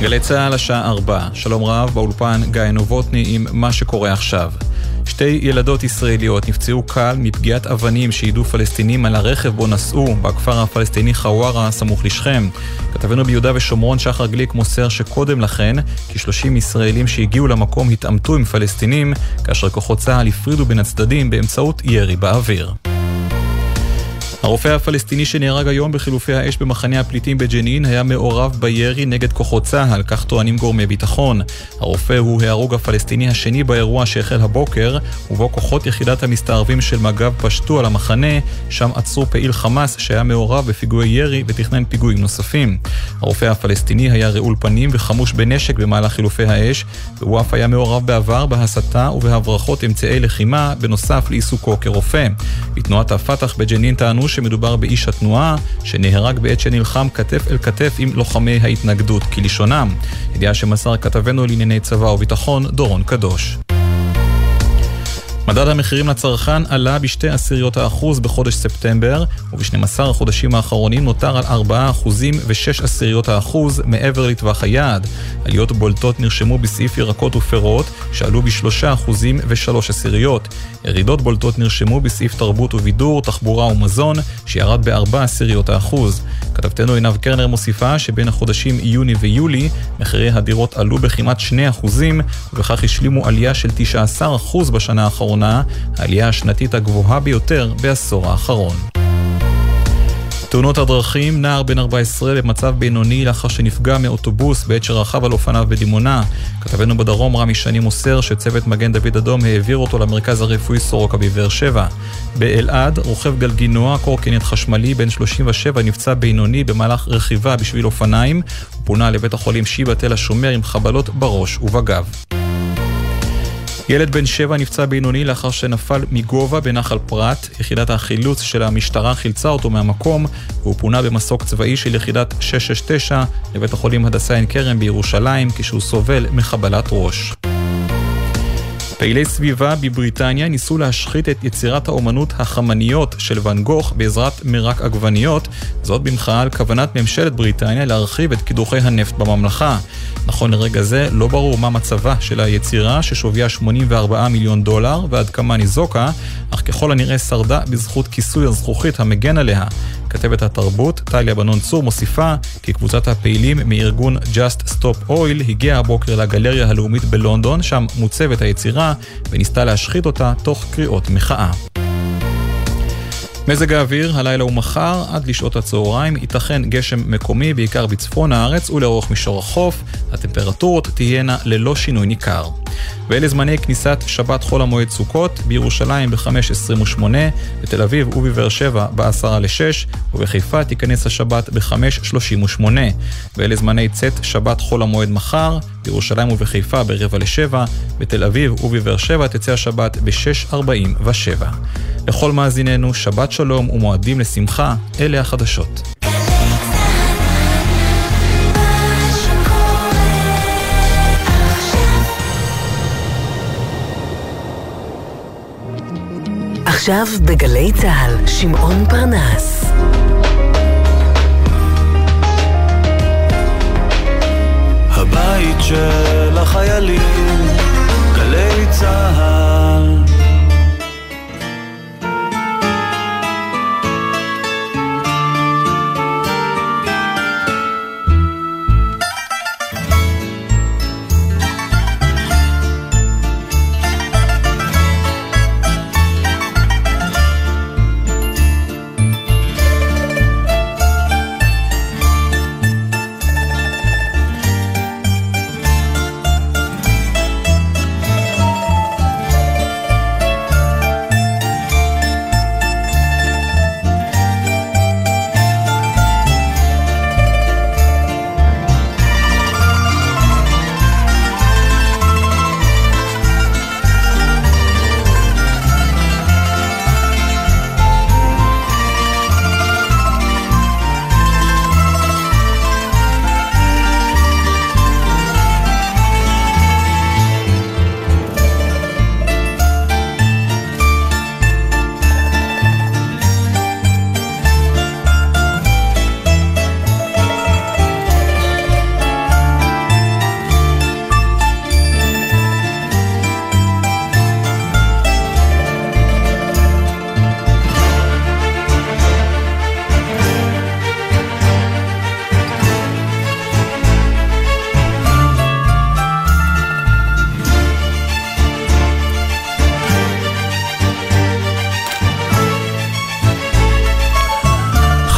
גלי צהל השעה 4. שלום רב, באולפן גיא נובוטני עם מה שקורה עכשיו. 2 ילדות ישראליות נפצעו קל מפגיעת אבנים שידעו פלסטינים על הרכב בו נסעו בכפר הפלסטיני חווארה סמוך לשכם. כתבנו ביהודה ושומרון שחר גליק מוסר שקודם לכן כ-30 ישראלים שהגיעו למקום התעמתו עם פלסטינים כאשר כוחות צה"ל הפרידו בין הצדדים באמצעות ירי באוויר. הרופא הפלסטיני שנהרג היום בחילופי האש במחנה הפליטים בג'נין היה מעורב בירי נגד כוחות צה"ל, כך טוענים גורמי ביטחון. הרופא הוא ההרוג הפלסטיני השני באירוע שהחל הבוקר, ובו כוחות יחידת המסתערבים של מג"ב פשטו על המחנה, שם עצרו פעיל חמאס שהיה מעורב בפיגועי ירי ותכנן פיגועים נוספים. הרופא הפלסטיני היה רעול פנים וחמוש בנשק במהלך חילופי האש, והוא אף היה מעורב בעבר בהסתה ובהברחות אמצעי לחימה בנוסף לעיסוקו כרופא. בתנועת הפתח בג'נין טענו שמדובר באיש התנועה שנהרג בעת שנלחם כתף אל כתף עם לוחמי ההתנגדות כלשונם. ידיעה שמסר כתבנו לענייני צבא וביטחון דורון קדוש. מדד המחירים לצרכן עלה ב0.2% בחודש ספטמבר, וב12 החודשים האחרונים נותר על 4.6% מעבר לטווח היעד. עליות בולטות נרשמו בסעיף ירקות ופירות, שעלו ב3.3%. ירידות בולטות נרשמו בסעיף תרבות ובידור, תחבורה ומזון, שירד ב4%. כתבתנו עינב קרנר מוסיפה שבין החודשים יוני ויולי, מחירי הדירות עלו בכמעט 2%, ובכך השלימו עלייה של 19% בשנה האחרונה, העלייה השנתית הגבוהה ביותר בעשור האחרון. תאונות הדרכים, נער בן 14 במצב בינוני לאחר שנפגע מאוטובוס בעת שרכב על אופניו בדימונה. כתבנו בדרום רמי שני מוסר שצוות מגן דוד אדום העביר אותו למרכז הרפואי סורוקה בבאר שבע. באלעד, רוכב גלגינוע, קורקינט חשמלי בן 37 נפצע בינוני במהלך רכיבה בשביל אופניים, ופונה לבית החולים שיבא תל השומר עם חבלות בראש ובגב. ילד בן 7 נפצע בינוני לאחר שנפל מגובה בנחל פרת. יחידת החילוץ של המשטרה חילצה אותו מהמקום, והוא פונה במסוק צבאי של יחידת 669 לבית החולים הדסה עין כרם בירושלים כשהוא סובל מחבלת ראש. פעילי סביבה בבריטניה ניסו להשחית את יצירת האומנות החמניות של ואן גוך בעזרת מרק עגבניות, זאת במחאה על כוונת ממשלת בריטניה להרחיב את קידוחי הנפט בממלכה. נכון לרגע זה לא ברור מה מצבה של היצירה ששוויה $84 מיליון ועד כמה ניזוקה, אך ככל הנראה שרדה בזכות כיסוי הזכוכית המגן עליה. כתבת התרבות טליה בנון צור מוסיפה כי קבוצת הפעילים מארגון Just Stop Oil הגיעה הבוקר לגלריה הלאומית בלונדון, שם מוצבת היצירה, וניסתה להשחית אותה תוך קריאות מחאה. מזג האוויר, הלילה ומחר עד לשעות הצהריים ייתכן גשם מקומי בעיקר בצפון הארץ ולאורך מישור החוף. הטמפרטורות תהיינה ללא שינוי ניכר. ואלה זמני כניסת שבת חול המועד סוכות: בירושלים ב-5:28, בתל אביב ובבאר שבע ב-5:50, ובחיפה תיכנס השבת ב-5:38. ואלה זמני צאת שבת חול המועד מחר: בירושלים ובחיפה ב-6:45, בתל אביב ובבאר שבע תצא השבת ב-6:47. לכל מאזיננו שבת שלום ומועדים לשמחה. אלה החדשות. עכשיו בגלי צהל, שמעון פרנס. הבית של החיילים, גלי צהל.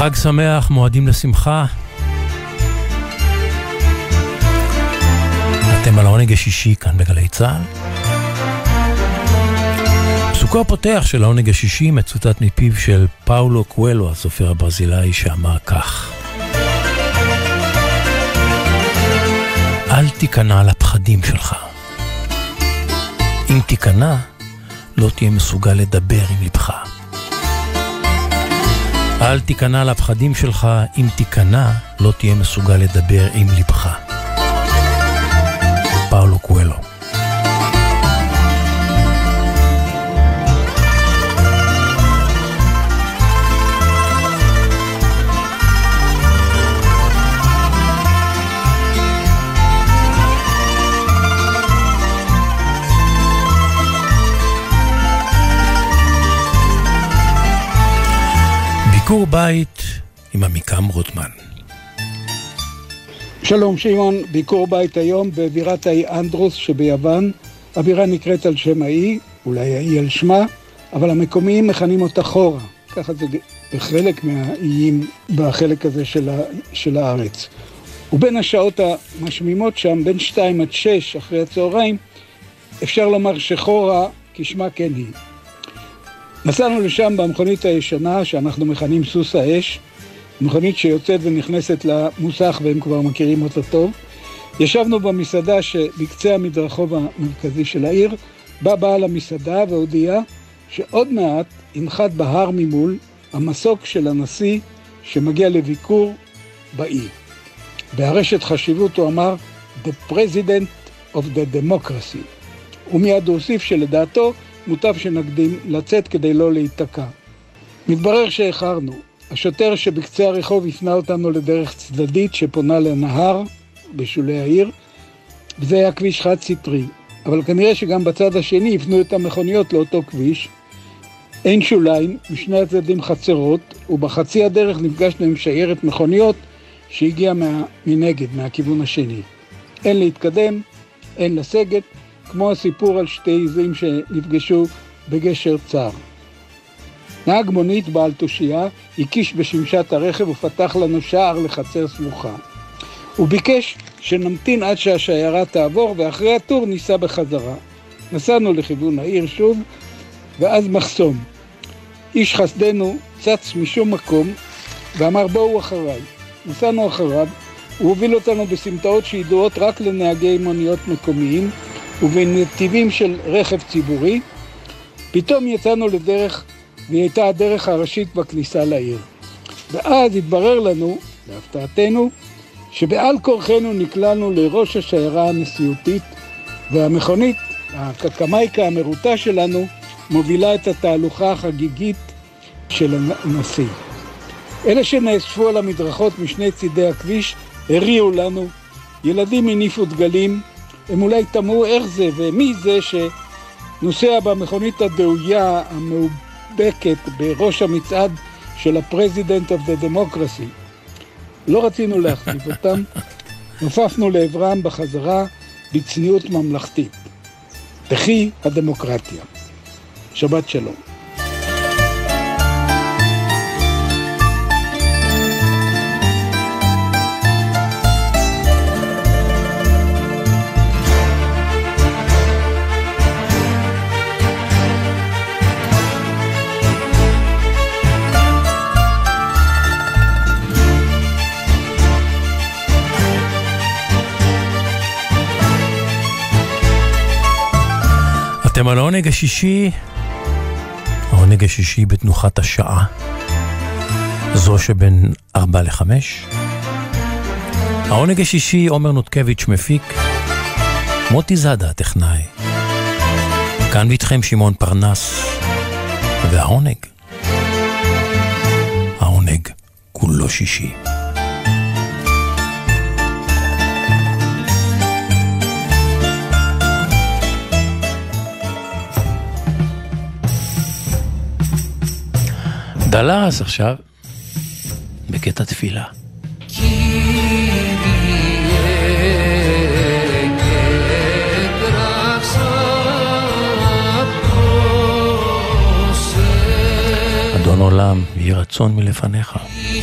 חג שמח, מועדים לשמחה. אתם על העונג השישי כאן בגלי צהל. פסוקו הפותח של העונג השישי מצוטט מפיו של פאולו קואלו, הסופר הברזילאי, שאמר כך: אל תיכנע לפחדים שלך. אם תיכנע, לא תהיה מסוגל לדבר עם לבך. אל תיכנע לפחדים שלך, אם תיכנע, לא תהיה מסוגל לדבר עם לבך. פאולו קואלו. ביקור בית עם עמיקם רוטמן. שלום שמעון, ביקור בית היום בבירת האי אנדרוס שביוון. הבירה נקראת על שם האי, אולי האי על שמה, אבל המקומיים מכנים אותה חורה. ככה זה בחלק מהאיים בחלק הזה של הארץ. ובין השעות המשמימות שם, בין 2 עד 6 אחרי הצהריים, אפשר לומר שחורה כשמה כן היא. נסענו לשם במכונית הישנה שאנחנו מכנים סוס האש, מכונית שיוצאת ונכנסת למוסך והם כבר מכירים אותה טוב. ישבנו במסעדה שבקצה המדרחוב המרכזי של העיר, בא בעל המסעדה והודיע שעוד מעט ינחת בהר ממול המסוק של הנשיא שמגיע לביקור באי. בהרשת חשיבות הוא אמר The President of the Democracy. ומיד הוא הוסיף שלדעתו מוטב שנקדים לצאת כדי לא להיתקע. מתברר שאיחרנו. השוטר שבקצה הרחוב הפנה אותנו לדרך צדדית שפונה לנהר בשולי העיר, וזה היה כביש חד סטרי. אבל כנראה שגם בצד השני הפנו את המכוניות לאותו כביש. אין שוליים, משני הצדדים חצרות, ובחצי הדרך נפגשנו עם שיירת מכוניות שהגיעה מנגד, מהכיוון השני. אין להתקדם, אין לסגת, כמו הסיפור על שתי עזים שנפגשו בגשר צר. נהג מונית בעל תושייה הקיש בשמשת הרכב ופתח לנו שער לחצר סמוכה. הוא ביקש שנמתין עד שהשיירה תעבור ואחרי הטור ניסע בחזרה. נסענו לכיוון העיר שוב ואז מחסום. איש חסדנו צץ משום מקום ואמר בואו אחריי. נסענו אחריו, הוא הוביל אותנו בסמטאות שידועות רק לנהגי מוניות מקומיים ובנתיבים של רכב ציבורי. פתאום יצאנו לדרך והיא הייתה הדרך הראשית בכניסה לעיר. ואז התברר לנו, להפתעתנו, שבעל כורחנו נקלענו לראש השיירה הנשיאותית, והמכונית, הקקמייקה המרוטה שלנו, מובילה את התהלוכה החגיגית של הנשיא. אלה שנאספו על המדרכות משני צידי הכביש הריעו לנו, ילדים הניפו דגלים, הם אולי תמהו איך זה ומי זה שנוסע במכונית הדאויה המאובקת בראש המצעד של ה-President of the Democracy. לא רצינו להחליף אותם, נופפנו לעברם בחזרה בצניעות ממלכתית. תחי הדמוקרטיה. שבת שלום. אתם על העונג השישי, העונג השישי בתנוחת השעה, זו שבין 4 ל-5. העונג השישי, עומר נותקביץ' מפיק, מוטי זאדה הטכנאי. כאן ואיתכם שמעון פרנס, והעונג, העונג כולו שישי. דלס עכשיו בקטע תפילה. אדון עולם, יהי רצון מלפניך.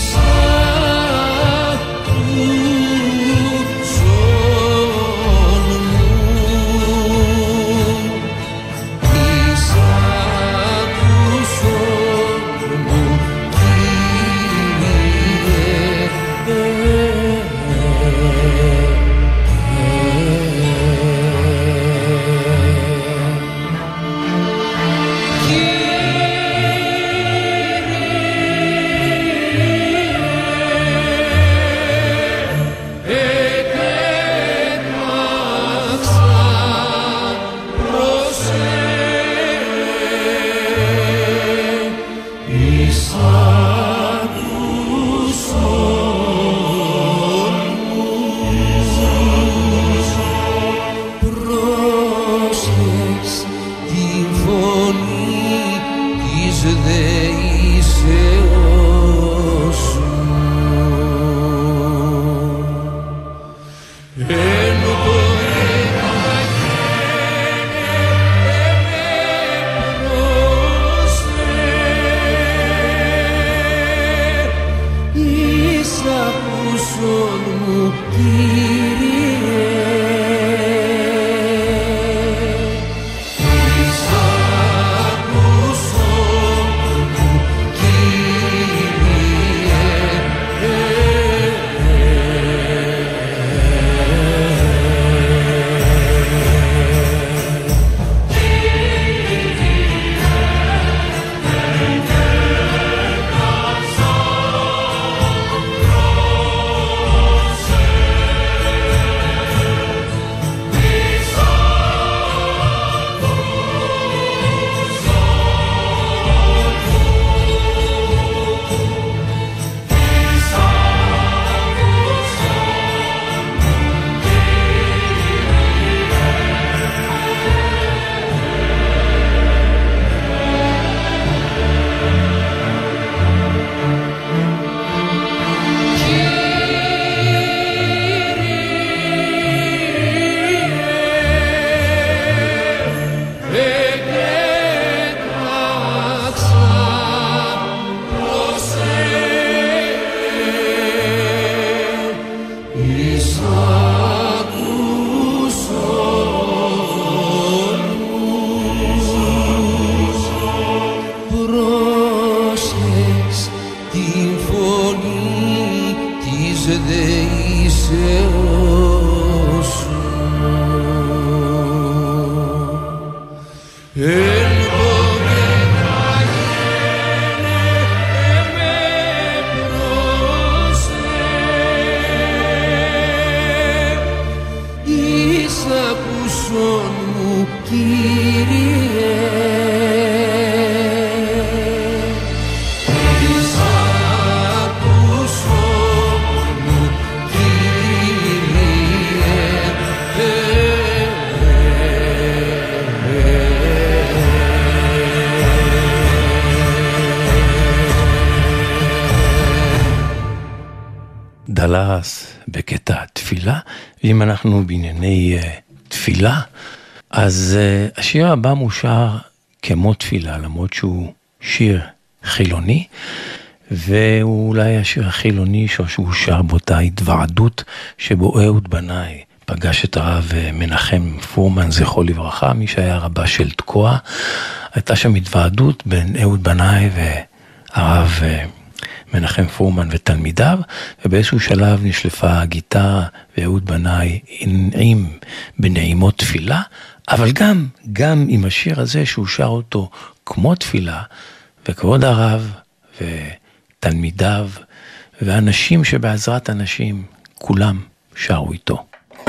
דלס בקטע תפילה, ואם אנחנו בענייני תפילה, אז השיר הבא מושר כמו תפילה, למרות שהוא שיר חילוני, והוא אולי השיר החילוני שהוא שר באותה התוועדות שבו אהוד בנאי פגש את הרב מנחם פורמן, זכרו לברכה, מי שהיה רבה של תקוע. הייתה שם התוועדות בין אהוד בנאי והרב מנחם פורמן ותלמידיו, ובאיזשהו שלב נשלפה הגיטרה ואהוד בנאי עם בנעימות תפילה, אבל גם עם השיר הזה שהוא שר אותו כמו תפילה, וכבוד הרב ותלמידיו ואנשים שבעזרת אנשים כולם שרו איתו.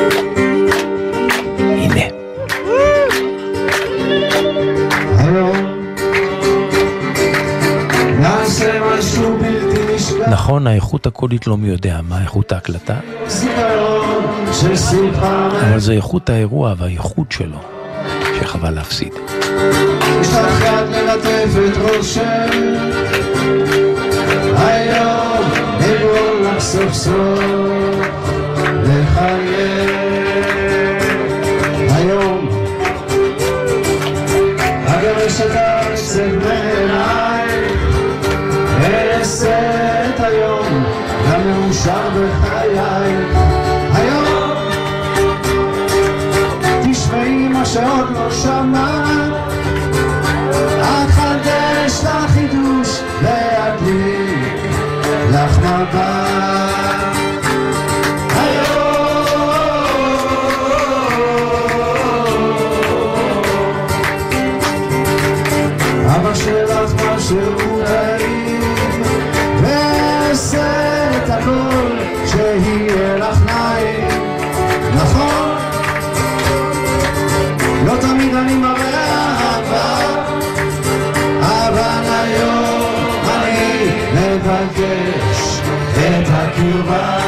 הנה. נכון, האיכות הקולית לא מי יודע מה איכות ההקלטה, אבל זה איכות האירוע והאיכות שלו שחבל להפסיד. יש לך יד ללטף את ראשך, היום נגול לך סוף סוף לחייך. היום הגרש אתה אצל בעיניי, שעוד לא שמעת, אחדש לך חידוש להדליק לך מבט. אבא שלך משהו נעים ועשה את הכל שיהיה לך נעים, נכון? לא תמיד אני מראה אהבה, אבל היום אני מבקש את הקרבה.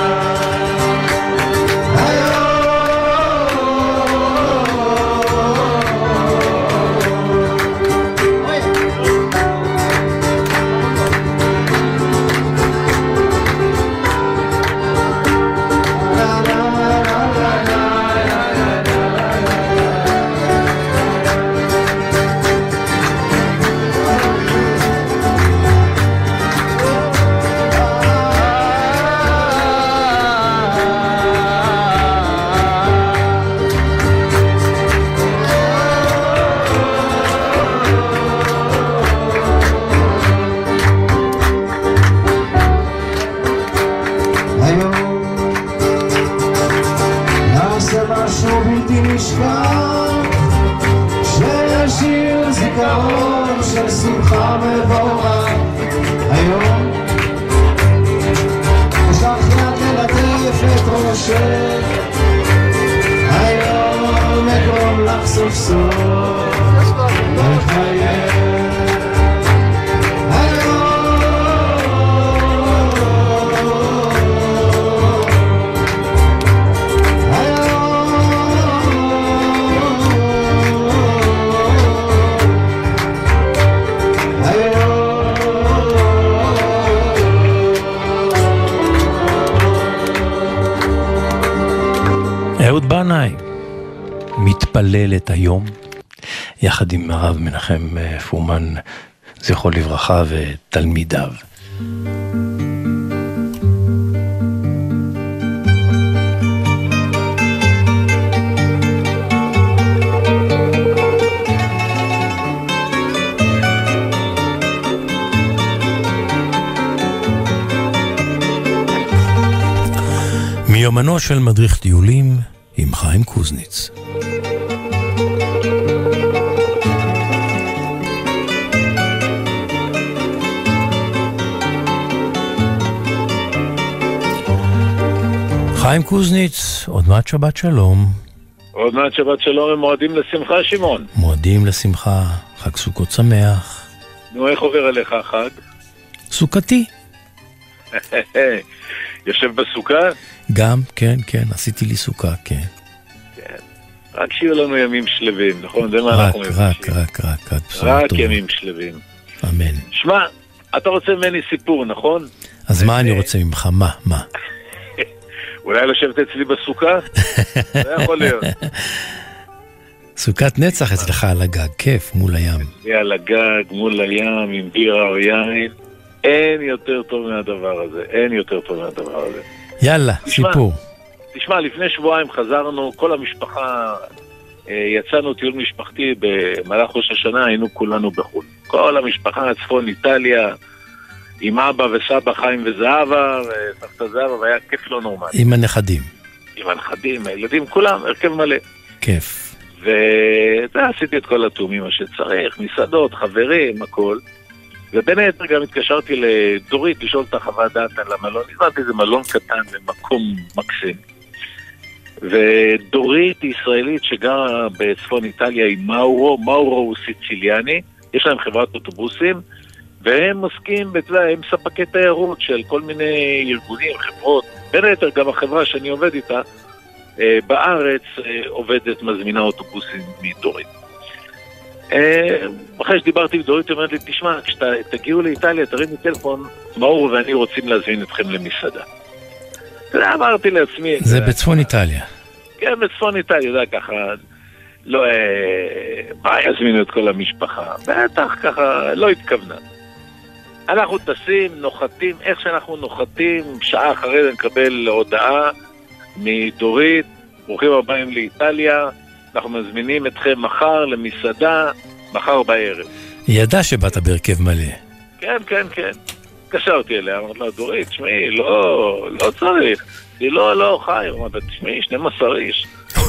של שמחה מבורך היום, יש לך יד ללטף את ראשך, היום אגרום לך סוף סוף לחייך. אהוד בנאי מתפלל את היום יחד עם הרב מנחם פרומן זכרו לברכה ותלמידיו. מיומנו של מדריך טיולים עם חיים קוזניץ. חיים קוזניץ, עוד מעט שבת שלום. עוד מעט שבת שלום, מועדים לשמחה, שמעון. מועדים לשמחה, חג סוכות שמח. נו, איך עובר עליך החג? סוכתי. יושב בסוכה? גם, כן, כן, עשיתי לי סוכה, כן. כן. רק שיהיו לנו ימים שלווים, נכון? זה מה אנחנו מבקשים. רק ימים שלווים. אמן. שמע, אתה רוצה ממני סיפור, נכון? אז מה אני רוצה ממך? מה? אולי לשבת אצלי בסוכה? זה יכול להיות. סוכת נצח אצלך על הגג, כיף, מול הים. אצלי על הגג, מול הים, עם בירה או יין. אין יותר טוב מהדבר הזה, אין יותר טוב מהדבר הזה. יאללה, סיפור. תשמע, לפני שבועיים חזרנו, כל המשפחה, יצאנו טיול משפחתי במהלך ראש השנה, היינו כולנו בחו"ל. כל המשפחה, צפון איטליה, עם אבא וסבא חיים וזהבה, וסבתא זהבה, והיה כיף לא נורמלי. עם הנכדים. עם הנכדים, הילדים, כולם, הרכב מלא. כיף. ועשיתי את כל התאומים שצריך, מסעדות, חברים, הכל. ובין היתר גם התקשרתי לדורית לשאול את החוות דעת על המלון. נזמנתי איזה מלון קטן במקום מקסים. ודורית היא ישראלית שגרה בצפון איטליה עם מאורו. מאורו הוא סיציליאני, יש להם חברת אוטובוסים, והם עוסקים, הם ספקי תיירות של כל מיני ארגונים, חברות. בין היתר גם החברה שאני עובד איתה, בארץ עובדת, מזמינה אוטובוסים מדורית. אחרי שדיברתי עם דורית, אומרת לי, תשמע, כשתגיעו לאיטליה, תראי לי טלפון, מאור ואני רוצים להזמין אתכם למסעדה. אמרתי לעצמי... זה בצפון איטליה. כן, בצפון איטליה, זה ככה, לא, מה יזמינו את כל המשפחה? בטח, ככה, לא התכוונה. אנחנו טסים, נוחתים, איך שאנחנו נוחתים, שעה אחרי זה נקבל הודעה מדורית, ברוכים הבאים לאיטליה, אנחנו מזמינים אתכם מחר למסעדה, מחר בערב. היא ידעה שבאת בהרכב מלא. כן, כן, כן. קשרתי אליה, אמרת לה, דורית, תשמעי, לא צריך. היא לא, חיים. אמרת, תשמעי, 12 איש.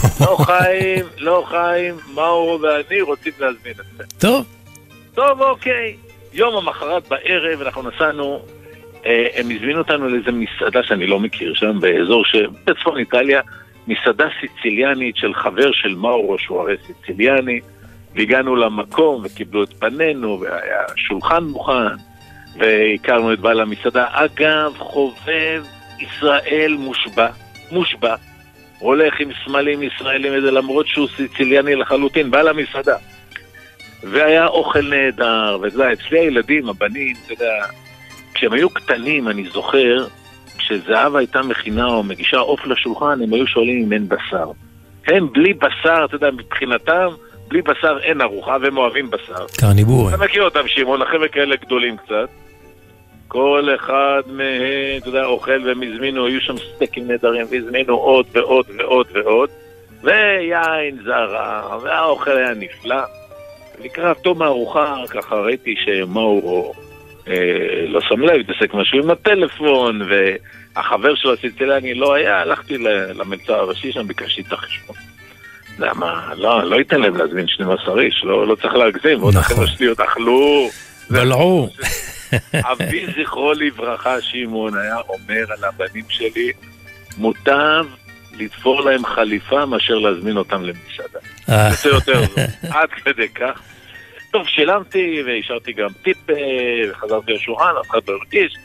לא חיים, מאורו ואני רוצים להזמין אתכם. טוב, אוקיי. יום המחרת בערב אנחנו נסענו, הם הזמינו אותנו לאיזה מסעדה שאני לא מכיר שם, באזור בצפון איטליה, מסעדה סיציליאנית של חבר של מאורו, שהוא הרי סיציליאני, והגענו למקום וקיבלו את פנינו, והיה שולחן מוכן, והכרנו את בעל המסעדה. אגב, חובב ישראל מושבע, הולך עם סמלים ישראלים, וזה למרות שהוא סיציליאני לחלוטין, בעל המסעדה. והיה אוכל נהדר, וזה, אצלי הילדים, הבנים, אתה יודע, כשהם היו קטנים, אני זוכר, כשזהבה הייתה מכינה או מגישה עוף לשולחן, הם היו שואלים אם אין בשר. הם בלי בשר, אתה יודע, מבחינתם, בלי בשר אין ארוחה, והם אוהבים בשר. קרניבורים. אתה מכיר אותם, שמעון, החבר'ה כאלה גדולים קצת. כל אחד מהם, אתה יודע, אוכל והם הזמינו, היו שם סטייקים נהדרים, והזמינו עוד ועוד ועוד ועוד, ויין זרה, והאוכל היה נפלא. לקראת תום הארוחה, ככה ראיתי שמאורו לא שם לב, התעסק משהו עם הטלפון, והחבר שלו הסיציליאני לא היה, הלכתי למלצר הראשי שם, ביקשתי את החשבון. למה? לא ייתן להם להזמין 12 איש, לא צריך להגזים, ועוד החבר'ה שלי עוד אכלו. בלעו. אבי זכרו לברכה שמעון היה אומר על הבנים שלי, מוטב לתפור להם חליפה מאשר להזמין אותם למסעדה. זה יותר זו, עד כדי כך. טוב, שילמתי והשארתי גם טיפ, וחזרתי לשולחן, אף אחד לא הרגיש,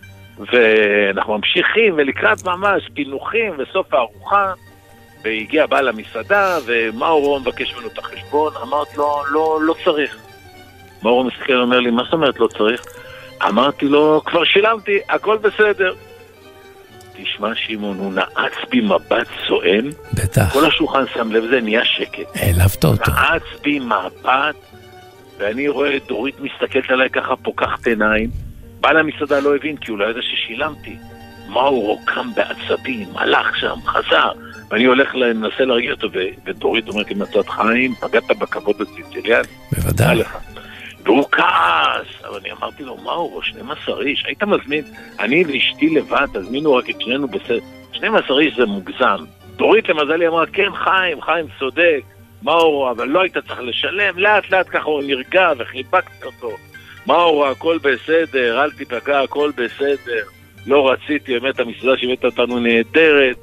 ואנחנו ממשיכים, ולקראת ממש פינוחים וסוף הארוחה, והגיע בעל המסעדה, ומאורו מבקש ממנו את החשבון, אמרת לו, לא צריך. מאורו מסתכל אומר לי, מה זאת אומרת לא צריך? אמרתי לו, כבר שילמתי, הכל בסדר. תשמע שמעון, הוא נעץ בי מבט סועם. בטח. כל השולחן שם לב, זה נהיה שקט. העלבת אותו. נעץ בי מבט, ואני רואה את דורית מסתכלת עליי ככה, פוקחת עיניים. בעל המסעדה לא הבין, כי הוא לא ידע ששילמתי. מאורו קם בעצבים, הלך שם, חזר. ואני הולך לנסה להרגיע אותו, ודורית אומרת לי מצד חיים, פגעת בכבוד הסיציליאני. בוודאי. והוא כעס, אבל אני אמרתי לו, מאורו, 12 איש, היית מזמין, אני ואשתי לבד, תזמינו רק את שנינו בסדר, 12 איש זה מוגזם. דורית למזלי אמרה, כן חיים צודק, מאורו, אבל לא היית צריך לשלם, לאט לאט ככה הוא נרגע וחיבקתי אותו. מאורו, הכל בסדר, אל תיפגע, הכל בסדר, לא רציתי, באמת המסעדה שהבאת אותנו נהדרת,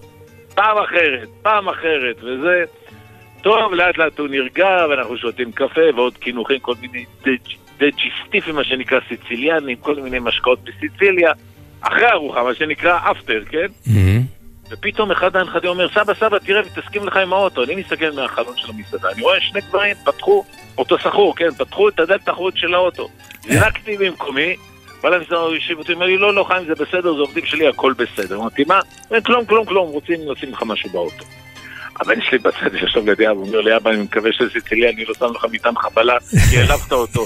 פעם אחרת, וזה... טוב, לאט לאט הוא נרגע, ואנחנו שותים קפה, ועוד כינוחים, כל מיני דג'יסטיפים, מה שנקרא סיציליאנים, כל מיני משקאות בסיציליה, אחרי ארוחה, מה שנקרא אפטר, כן? ופתאום אחד הנכדים אומר, סבא, תראה, ותסכים לך עם האוטו. אני מסתכל מהחלון של המסעדה, אני רואה שני גברים, פתחו, אותו סחור, כן, פתחו את הדלת האחורית של האוטו. זינקתי במקומי, בעל המסעדה ישיב אותי, אומר לי, לא, חיים, זה בסדר, זה עובדים שלי, הכל בסדר. אמרתי, מה? כלום, רוצים לשים לך משהו באוטו. הבן שלי בצד שישב לידי אבא, אומר לי, אבא, אני מקווה שסיצילי, אני לא שם לך מטען חבלה, כי העלבת אותו.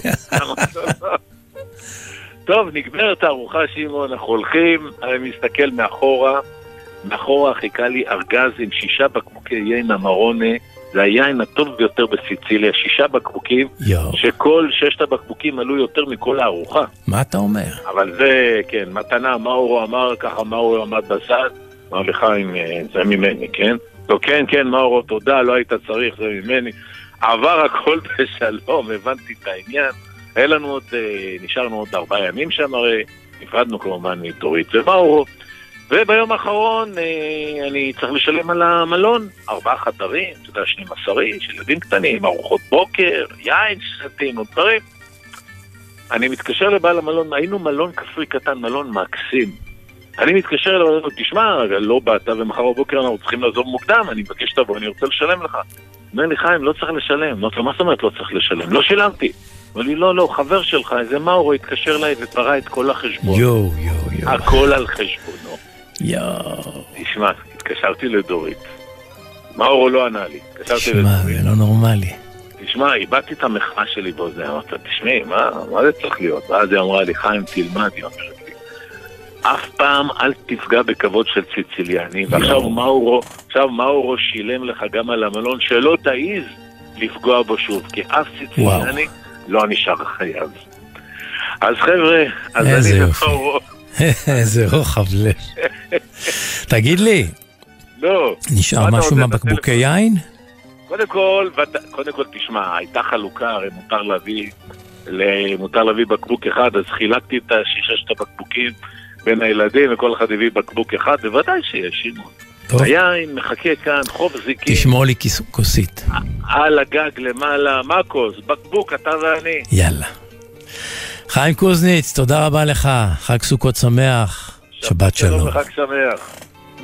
טוב, נגמרת הארוחה שמעון, אנחנו הולכים, אני מסתכל מאחורה חיכה לי ארגז עם 6 בקבוקי יין אמרונה, זה היין הטוב ביותר בסיציליה, 6 בקבוקים, שכל 6 הבקבוקים עלו יותר מכל הארוחה. מה אתה אומר? אבל זה, כן, מתנה, מאורו אמר ככה, מאורו עמד בצד, אמר לך, זה ממני, כן? לא, כן, מאורו, תודה, לא היית צריך, זה ממני. עבר הכל בשלום, הבנתי את העניין. היה לנו עוד, נשארנו עוד 4 ימים שם, הרי נפרדנו כמובן מדורית ומאורו. וביום האחרון אני צריך לשלם על המלון, 4 חדרים, אתה יודע, 12 איש, ילדים קטנים, ארוחות בוקר, יין, שתינו, דברים. אני מתקשר לבעל המלון, היינו מלון כפרי קטן, מלון מקסים. אני מתקשר אליו, תשמע, לא באת ומחר בבוקר אנחנו צריכים לעזוב מוקדם, אני מבקש שתבוא, אני רוצה לשלם לך. אומר לי, חיים, לא צריך לשלם. מה זאת אומרת לא צריך לשלם? לא שילמתי. אומר לי, לא, חבר שלך, איזה מאורו התקשר אליי ופרע את כל החשבון. יו. הכל על חשבונו. תשמע, התקשרתי לדורית. מאורו לא ענה לי. תשמע, זה לא נורמלי. תשמע, איבדתי את המחאה שלי בו, זה אמרת, תשמעי, מה זה צריך להיות? ואז היא אמרה לי, חיים, תלמד, היא אומרת לי. אף פעם אל תפגע בכבוד של ציציליאני, ועכשיו מאורו שילם לך גם על המלון, שלא תעיז לפגוע בו שוב, כי אף ציציליאני לא נשאר חייב. אז חבר'ה, אז אני מאורו. איזה רוחב לב. תגיד לי, נשאר משהו מהבקבוקי יין? קודם כל תשמע, הייתה חלוקה, הרי מותר להביא בקבוק אחד, אז חילקתי את ששת הבקבוקים בין הילדים, וכל אחד הביא בקבוק אחד, בוודאי שיש, היין מחכה כאן, חוב זיקים. תשמור לי כוסית. על הגג למעלה, מה כוס? בקבוק, אתה ואני. יאללה. חיים קוזניץ, תודה רבה לך, חג סוכות שמח, שבת שלום. שלום וחג שמח.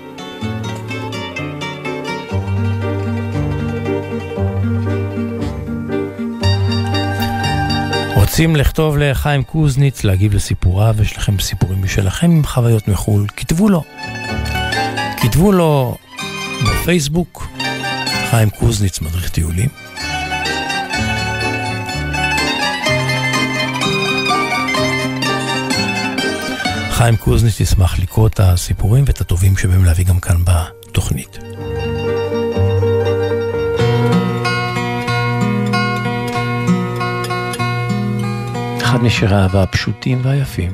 רוצים לכתוב לחיים קוזניץ, להגיב לסיפוריו, יש לכם סיפורים משלכם עם חוויות מחול, כתבו לו בפייסבוק, חיים קוזניץ מדריך טיולים. חיים קוזניץ ישמח לקרוא את הסיפורים ואת הטובים שבהם להביא גם כאן בתוכנית. אחד משירי האהבה הפשוטים והיפים,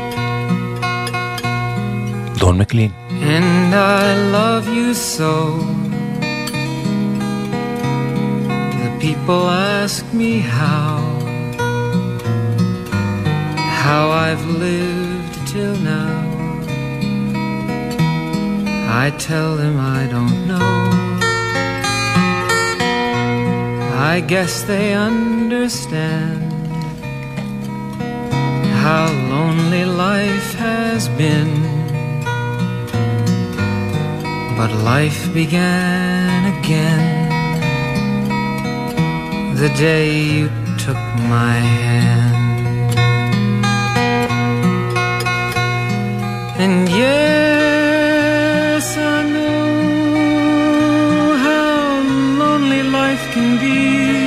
דון מקלין. And I love you so. The people ask me how I've lived till now. I tell them I don't know. I guess they understand how lonely life has been. But life began again the day you took my hand. And yes, I know how lonely life can be.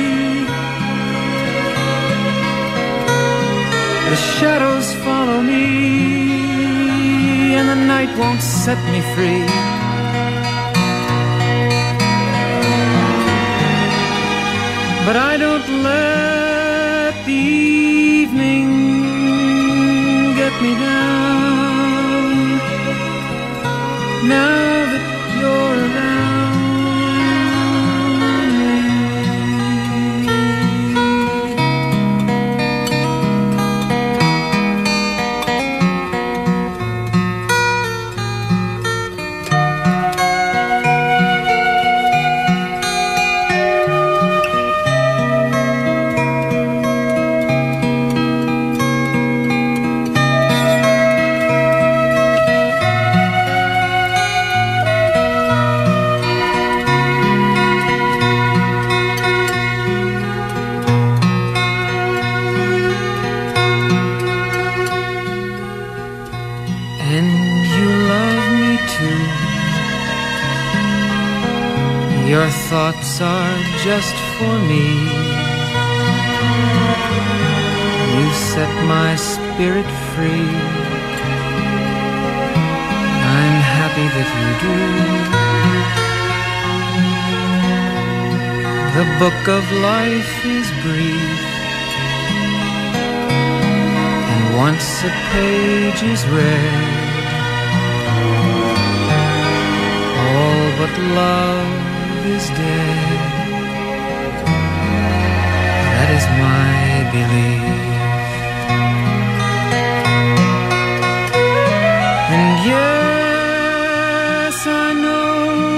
The shadows follow me and the night won't set me free. But I don't let the evening get me down. Now that you're around me. Your thoughts are just for me. You set my spirit free. I'm happy that you do. The book of life is brief, and once a page is read, all but love is dead. That is my belief. And yes, I know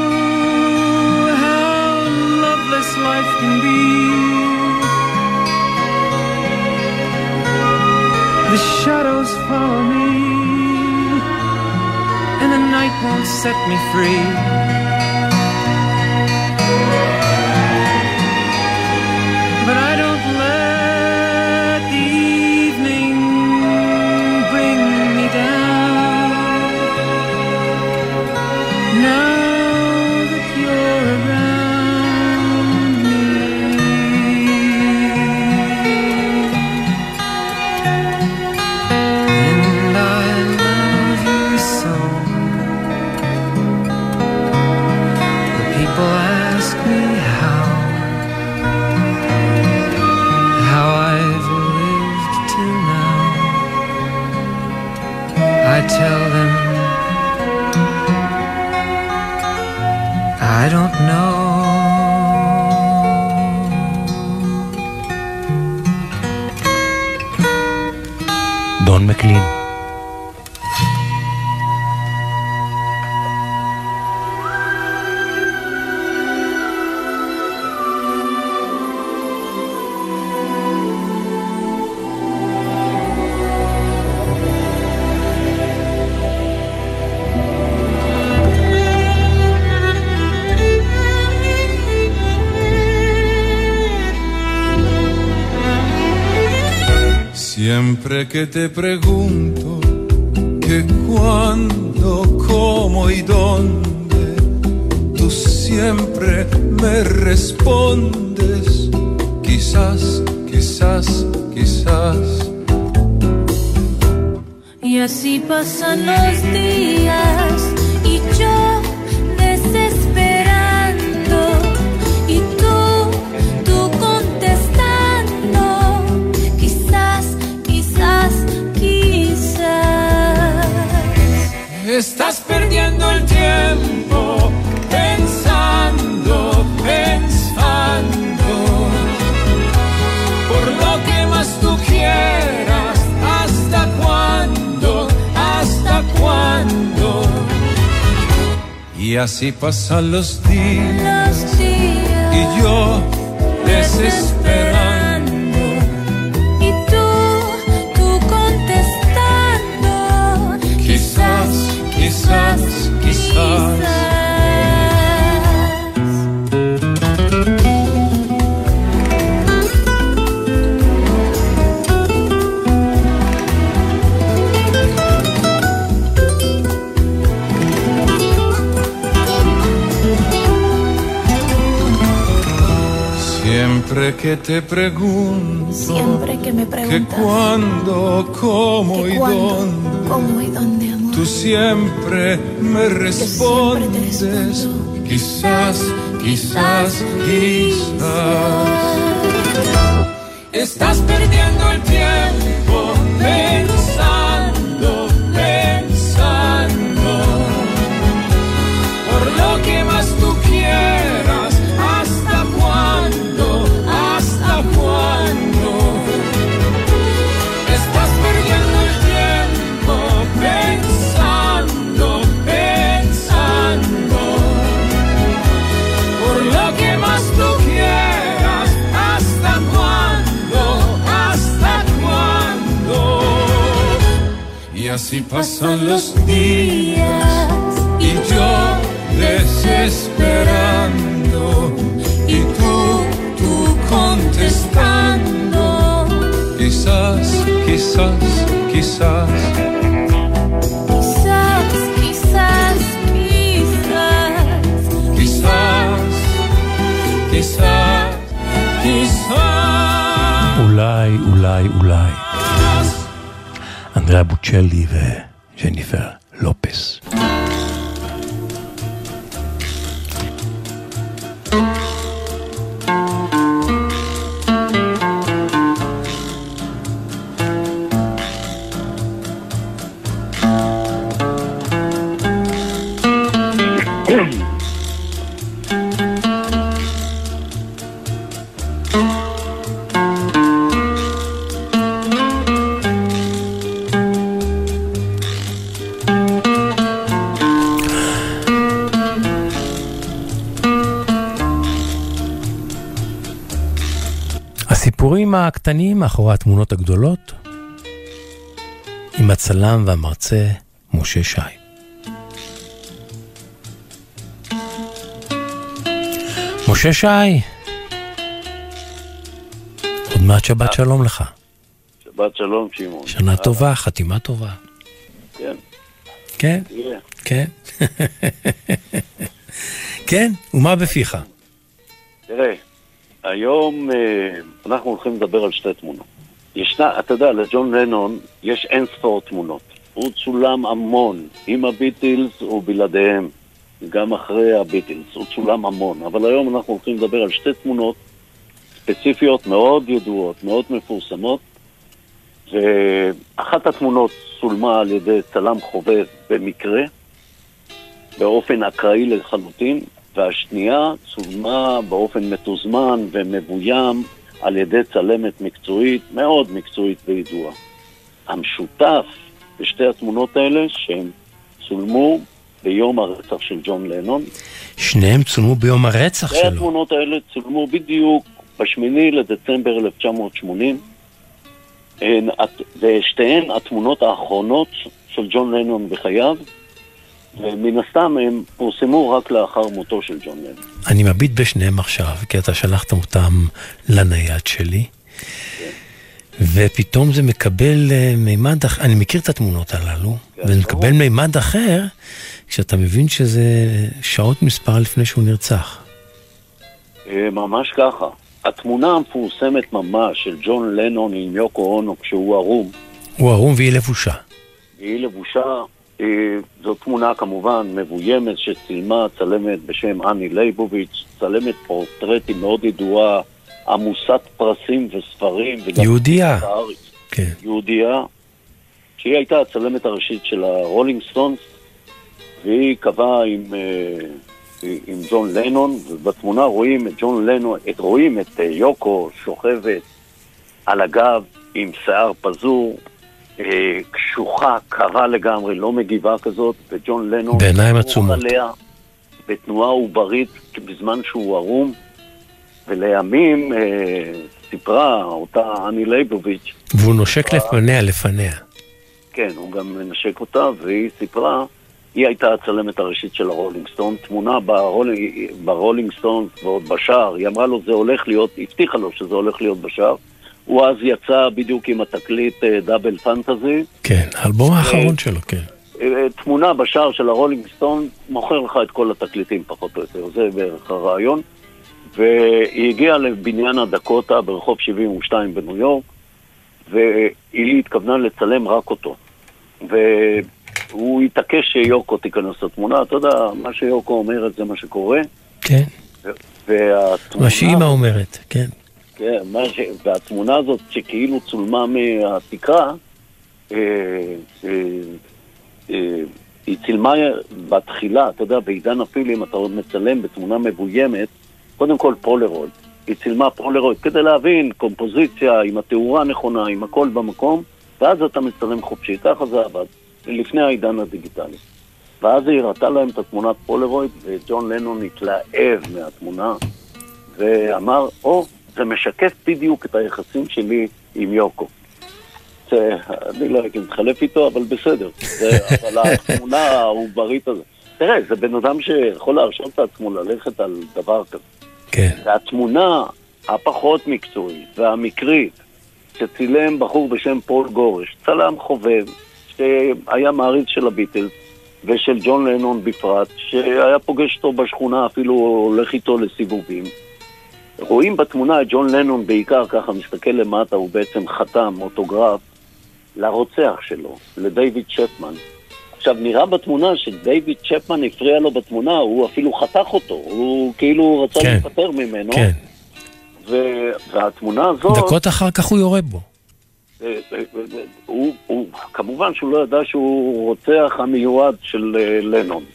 how loveless life can be. The shadows follow me and the night won't set me free. But I don't let the evening bring me down. Now that you're around me. And I love you tell them I don't know. דון מקלין. Siempre que te pregunto que cuándo, cómo y dónde, tú siempre me respondes, quizás, quizás, quizás. Y así pasan los días y yo desesperando y tú contestando, quizás, quizás, quizás. Estás perdiendo el tiempo pensando, pensando por lo que más tú quieras. ¿Hasta cuándo? ¿Hasta cuándo? Y así pasan los días y yo desesperando y tú contestando, quizás, quizás, quizás. Siempre que te pregunto, siempre que me preguntas que cuándo, cómo y dónde, amor, tú siempre me respondes, quizás, quizás, quizás. Estás perdiendo el tiempo pensando, pensando por lo que más tú quieras. ¿Hasta cuándo? ¿Hasta cuándo? Estás perdiendo el tiempo pensando, pensando por lo que más tú quieras. ¿Hasta cuándo? ¿Hasta cuándo? Y así pasan los días y yo desesperando y tú contestando, quizás, quizás, quizás. quizás, quizás, quizás, quizás, quizás, quizás. אולי, אולי, אולי. אנדריאה בוצ'לי וג'ניפר לופס. הסיפורים הקטנים מאחורי התמונות הגדולות, עם הצלם והמרצה משה שי. משה שי, עוד מעט שבת שלום לך. שבת שלום שמעון. שנה טובה, חתימה טובה. כן. כן? כן. כן, ומה בפיך? תראה, היום אנחנו הולכים לדבר על שתי תמונות. ישנה, אתה יודע, לג'ון לנון יש אין ספור תמונות. הוא צולם המון עם הביטלס ובלעדיהם, גם אחרי הביטלס, הוא צולם המון. אבל היום אנחנו הולכים לדבר על שתי תמונות ספציפיות מאוד ידועות, מאוד מפורסמות, ואחת התמונות צולמה על ידי צלם חובב במקרה, באופן אקראי לחלוטין, והשנייה צולמה באופן מתוזמן ומבוים על ידי צלמת מקצועית, מאוד מקצועית וידועה. המשותף בשתי התמונות האלה שהם צולמו ביום הרצח של ג'ון לנון. שניהם צולמו ביום הרצח שלו. שתי התמונות האלה צולמו בדיוק ב8 לדצמבר 1980, ושתיהן התמונות האחרונות של ג'ון לנון בחייו, ומן הסתם הם פורסמו רק לאחר מותו של ג'ון לנון. אני מביט בשניהם עכשיו, כי אתה שלחת אותם לנייד שלי, ופתאום זה מקבל מימד, אני מכיר את התמונות הללו, וזה מקבל מימד אחר, כשאתה מבין שזה שעות מספר לפני שהוא נרצח. ממש ככה. התמונה המפורסמת ממש של ג'ון לנון עם יוקו אונו כשהוא ערום. הוא ערום והיא לבושה. והיא לבושה, זו תמונה כמובן מבוימת שצילמה צלמת בשם אני לייבוביץ', צלמת פורטרטים מאוד ידועה, עמוסת פרסים וספרים. יהודיה. כן. יהודיה, שהיא הייתה הצלמת הראשית של הרולינג סטונס, והיא קבעה עם ג'ון לנון, ובתמונה רואים את ג'ון לנון, רואים את יוקו שוכבת על הגב עם שיער פזור, קשוחה, קרה לגמרי, לא מגיבה כזאת, וג'ון לנון בעיניים עצומות עליה בתנועה עוברית בזמן שהוא ערום, ולימים סיפרה אותה אני לייבוביץ', והוא נושק לפניה. כן, הוא גם נשק אותה, והיא סיפרה, היא הייתה הצלמת הראשית של הרולינג סטון, תמונה ברולינג סטון ועוד בשער, היא אמרה לו זה הולך להיות, הבטיחה לו שזה הולך להיות בשער, הוא אז יצא בדיוק עם התקליט דאבל פנטזי. כן, האלבום האחרון שלו, כן. תמונה בשער של הרולינג סטון, מוכר לך את כל התקליטים פחות או יותר, זה בערך הרעיון, והיא הגיעה לבניין הדקוטה ברחוב 72 בניו יורק, והיא התכוונה לצלם רק אותו. והוא התעקש שיוקו תיכנס לתמונה, אתה יודע, מה שיוקו אומרת זה מה שקורה. כן. מה שאימא אומרת, כן. כן, והתמונה הזאת שכאילו צולמה מהתקרה, היא צילמה בתחילה, אתה יודע, בעידן הפילים אתה מצלם בתמונה מבוימת, קודם כל פולרויד. היא צילמה פולרויד כדי להבין קומפוזיציה עם התאורה הנכונה, עם הכל במקום, ואז אתה מצלם חופשי, ככה זה עבד, לפני העידן הדיגיטלי. ואז היא הראתה להם את התמונת פולרויד, וג'ון לנון התלהב מהתמונה, ואמר, זה משקף בדיוק את היחסים שלי עם יוקו. אני לא הייתי מתחלף איתו, אבל בסדר. אבל התמונה העוברית הזאת. תראה, זה בן אדם שיכול להרשות את עצמו ללכת על דבר כזה. כן. והתמונה הפחות מקצועית והמקרית שצילם בחור בשם פול גורש, צלם חובב, שהיה מעריץ של הביטלס, ושל ג'ון לנון בפרט, שהיה פוגש אותו בשכונה, אפילו הולך איתו לסיבובים. רואים בתמונה את ג'ון לנון בעיקר ככה, מסתכל למטה, הוא בעצם חתם אוטוגרף לרוצח שלו, לדייוויד צ'פמן. עכשיו נראה בתמונה שדייוויד צ'פמן הפריע לו בתמונה, הוא אפילו חתך אותו, הוא כאילו רצה להיפטר ממנו. כן. והתמונה הזאת... דקות אחר כך הוא יורה בו. כמובן שהוא לא ידע שהוא רוצח המיועד של לנון.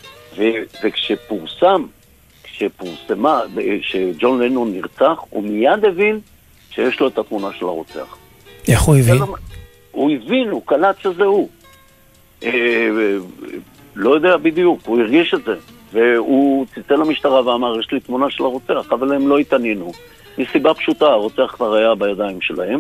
כשפורסמה שג'ון לנון נרצח, הוא מיד הבין שיש לו את התמונה של הרוצח. איך הוא הבין? הוא הבין, הוא קלט שזה הוא. לא יודע בדיוק, הוא הרגיש את זה. והוא ציטל למשטרה ואמר, יש לי תמונה של הרוצח, אבל הם לא התעניינו. מסיבה פשוטה, הרוצח כבר היה בידיים שלהם.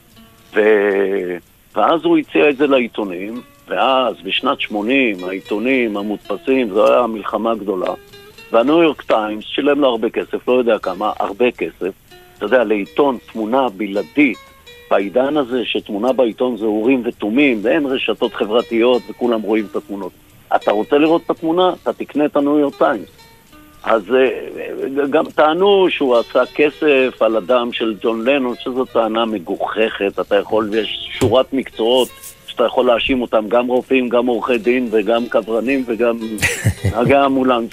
ואז הוא הציע את זה לעיתונים, ואז בשנת 80 העיתונים המודפסים, זו הייתה מלחמה גדולה, והניו יורק טיימס שילם לו הרבה כסף, לא יודע כמה, הרבה כסף. אתה יודע, לעיתון תמונה בלעדית, בעידן הזה שתמונה בעיתון זה אורים ותומים, ואין רשתות חברתיות וכולם רואים את התמונות. אתה רוצה לראות את התמונה? אתה תקנה את הניו יורק טיימס. אז גם טענו שהוא עשה כסף על הדם של ג'ון לנון, שזו טענה מגוחכת. אתה יכול, יש שורת מקצועות שאתה יכול להאשים אותם, גם רופאים, גם עורכי דין וגם קברנים וגם נהגי אמבולנס.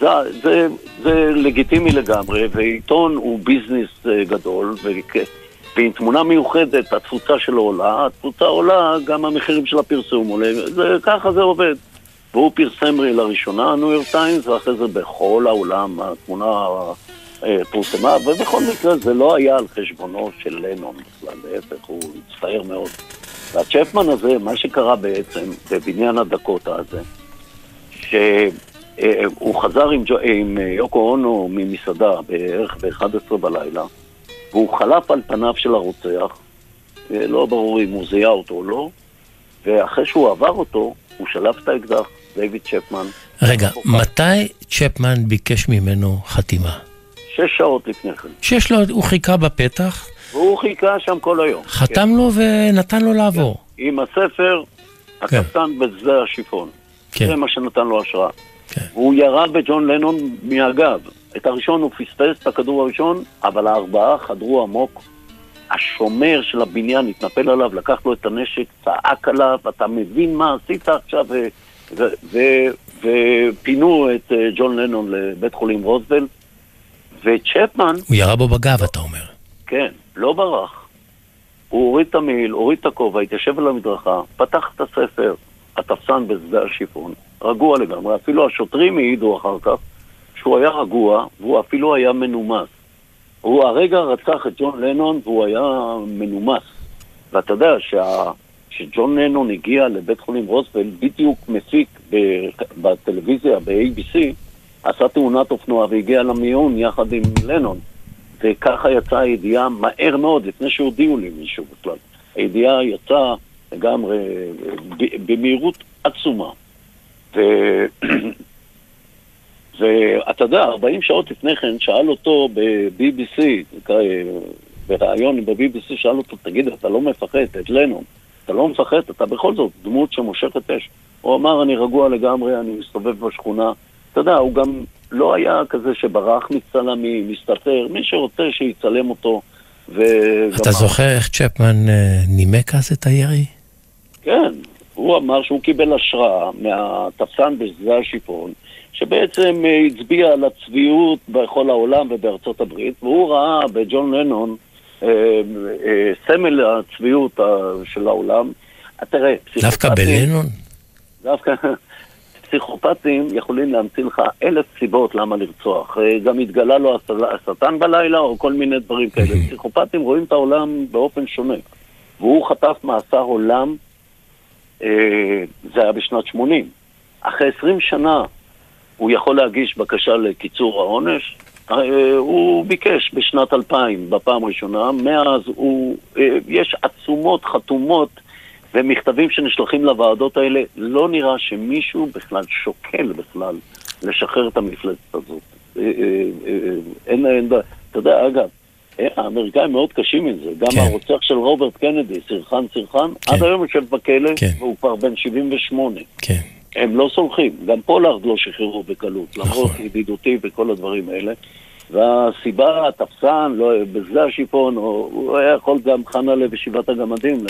זה לגיטימי לגמרי, ועיתון הוא ביזנס גדול, ועם תמונה מיוחדת, התפוצה שלו עולה, התפוצה עולה, גם המחירים של הפרסום עולה, ככה זה עובד. והוא פרסם לראשונה, ניו יורק טיימס, ואחרי זה בכל העולם התמונה פורסמה, ובכל מקרה זה לא היה על חשבונו של לנון, להפך, הוא הצטער מאוד. והצ'פמן הזה, מה שקרה בעצם, בבניין הדקוטה הזה, שהוא חזר עם יוקו אונו ממסעדה בערך ב-11 בלילה, והוא חלף על פניו של הרוצח, לא ברור אם הוא זיהה אותו או לא, ואחרי שהוא עבר אותו, הוא שלף את האקדח, דיוויד צ'פמן. רגע, מתי צ'פמן ביקש ממנו חתימה? 6 שעות לפני כן. 6 שעות, הוא חיכה בפתח? והוא חיכה שם כל היום. חתם לו ונתן לו לעבור. עם הספר, הקפטן בשדה השיפון. זה מה שנתן לו השראה. והוא ירה בג'ון לנון מהגב. את הראשון הוא פספס את הכדור הראשון, אבל 4 חדרו עמוק. השומר של הבניין התנפל עליו, לקח לו את הנשק, צעק עליו, אתה מבין מה עשית עכשיו, ופינו את ג'ון לנון לבית חולים רוזוולט, וצ'פמן... הוא ירה בו בגב, אתה אומר. כן, לא ברח. הוא הוריד את המעיל, הוריד את הכובע, התיישב על המדרכה, פתח את הספר, התפסן בשדה השיפון, רגוע לגמרי, אפילו השוטרים העידו אחר כך, שהוא היה רגוע, והוא אפילו היה מנומס. הוא הרגע רצח את ג'ון לנון והוא היה מנומס. ואתה יודע שג'ון לנון הגיע לבית חולים רוזוולט, בדיוק מפיק בטלוויזיה, ב-ABC, עשה תאונת אופנוע והגיע למיון יחד עם לנון. וככה יצאה הידיעה מהר מאוד, לפני שהודיעו לי מישהו בכלל. הידיעה יצאה לגמרי במהירות עצומה. ואתה יודע, 40 שעות לפני כן שאל אותו ב-BBC, ברעיון ב-BBC שאל אותו, תגיד, אתה לא מפחד, את לנון, אתה לא מפחד, אתה בכל זאת דמות שמושכת אש. הוא אמר, אני רגוע לגמרי, אני מסתובב בשכונה. אתה יודע, הוא גם לא היה כזה שברח מצלמי, מסתתר, מי שרוצה שיצלם אותו. אתה זוכר איך צ'פמן נימק אז את הירי? כן, הוא אמר שהוא קיבל השראה מהתפסן בשדה השיפון, שבעצם הצביע על הצביעות בכל העולם ובארצות הברית, והוא ראה בג'ון לנון סמל הצביעות של העולם. תראה, דווקא בלנון? דווקא פסיכופטים יכולים להמציא לך 1000 סיבות למה לרצוח. גם התגלה לו השטן בלילה או כל מיני דברים כאלה. פסיכופטים רואים את העולם באופן שונה. והוא חטף מאסר עולם, זה היה בשנת 80. אחרי 20 שנה הוא יכול להגיש בקשה לקיצור העונש. הוא ביקש בשנת 2000 בפעם ראשונה. מאז יש עצומות, חתומות ומכתבים שנשלחים לוועדות האלה. לא נראה שמישהו בכלל שוקל בכלל לשחרר את המפלצת הזאת. אתה יודע, אגב, האמריקאים מאוד קשים עם זה. גם הרוצח של רוברט קנדי, סרחן, עד היום יושב בכלא, והוא כבר בן 78. כן. הם לא סולחים. גם פולארד לא שחררו בקלות, למרות ידידותי וכל הדברים האלה. והסיבה, התפסן, בשדה השיפון, הוא היה יכול גם חנה לב ישיבת הגמדים.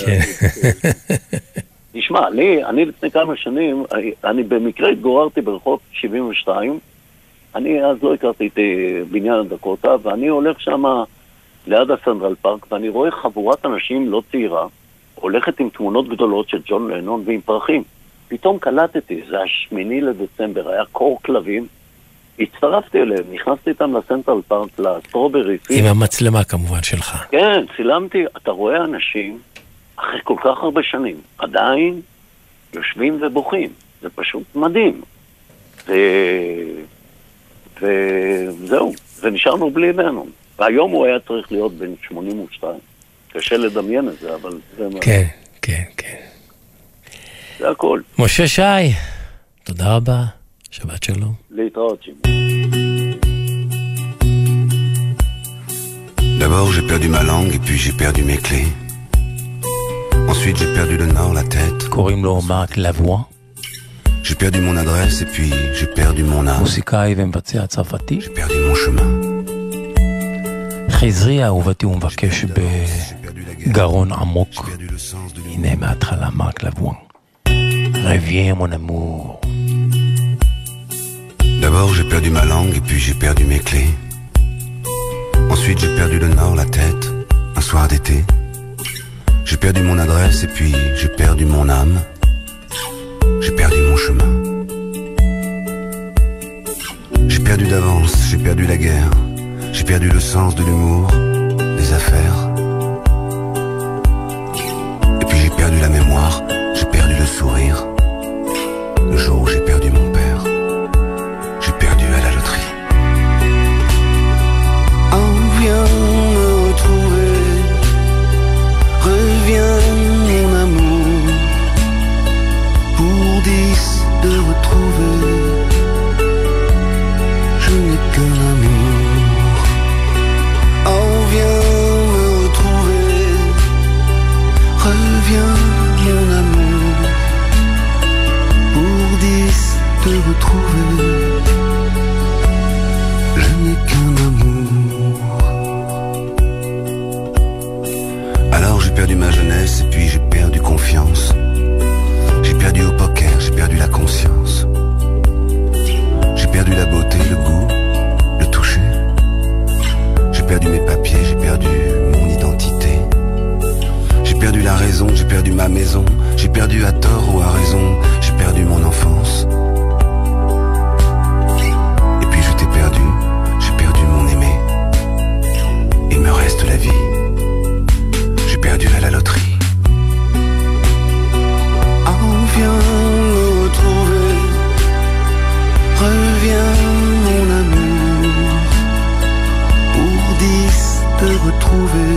תשמע, אני לפני כמה שנים, אני במקרה התגוררתי ברחוב 72, אני אז לא הכרתי את בניין הדקוטה, ואני הולך שם ליד הסנטרל פארק, ואני רואה חבורת אנשים לא צעירה, הולכת עם תמונות גדולות של ג'ון לנון ועם פרחים. פתאום קלטתי, זה 8 לדצמבר, היה קור כלבים, הצטרפתי אליהם, נכנסתי איתם לסנטרל פארק, לסטרוברי. עם המצלמה כמובן שלך. כן, צילמתי, אתה רואה אנשים, אחרי כל כך הרבה שנים, עדיין יושבים ובוכים, זה פשוט מדהים. וזהו, ונשארנו בלי לנון. והיום הוא היה צריך להיות בן 82. קשה לדמיין את זה, אבל זה מה... כן, כן, כן. זה הכל. משה שי, תודה רבה. שבת שלום. להתראות, שימי. D'abord j'ai perdu ma langue et puis j'ai perdu mes clés. Ensuite j'ai perdu le nord, la tête. קוראים לו מרק לבואן. J'ai perdu mon adresse et puis j'ai perdu mon âme. מוסיקאי ומבצע צרפתי. J'ai perdu mon chemin. חזרי אהובתי ומבקש בגרון עמוק. הנה מההתחלה מרק לבואן. Reviens mon amour. D'abord j'ai perdu ma langue et puis j'ai perdu mes clés. Ensuite j'ai perdu le nord, la tête, un un soir d'été. J'ai perdu mon adresse et puis j'ai perdu mon âme. J'ai perdu mon chemin. J'ai perdu d'avance, j'ai perdu la guerre. J'ai perdu le sens de l'humour, des affaires. Et puis j'ai perdu la mémoire, j'ai perdu le sourire. Le jour où j'ai perdu mon père, j'ai perdu à la loterie. Oh, viens me retrouver, reviens mon amour, pour 10 de retrouver. Je n'ai qu'un amour. Oh, viens me retrouver, reviens mon amour, pour 10 de retrouver. Je n'ai qu'un amour. Alors j'ai perdu ma jeunesse et puis j'ai perdu confiance. J'ai perdu au poker, j'ai perdu la conscience. J'ai perdu la beauté, le goût, le toucher. J'ai perdu mes papiers, j'ai perdu mon identité. J'ai perdu la raison, j'ai perdu ma maison. J'ai perdu à tort ou à raison, j'ai perdu mon enfance. Et puis je t'ai perdu, j'ai perdu mon aimé. Il me reste la vie. J'ai perdu à la loterie. Oh, viens me retrouver, reviens mon amour, pour 10 te retrouver.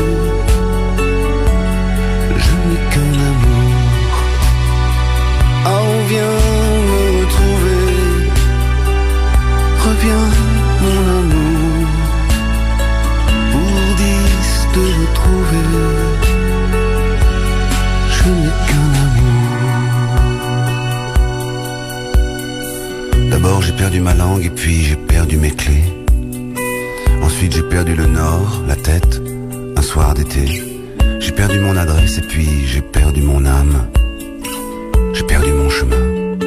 Je n'ai qu'un amour. Oh, viens me retrouver, reviens mon amour, pour 10 te retrouver. Je n'ai qu'un amour. D'abord j'ai perdu ma langue et puis j'ai perdu mes clés. Ensuite j'ai perdu le nord, la tête, un soir d'été. J'ai perdu mon adresse et puis j'ai perdu mon âme. J'ai perdu mon chemin.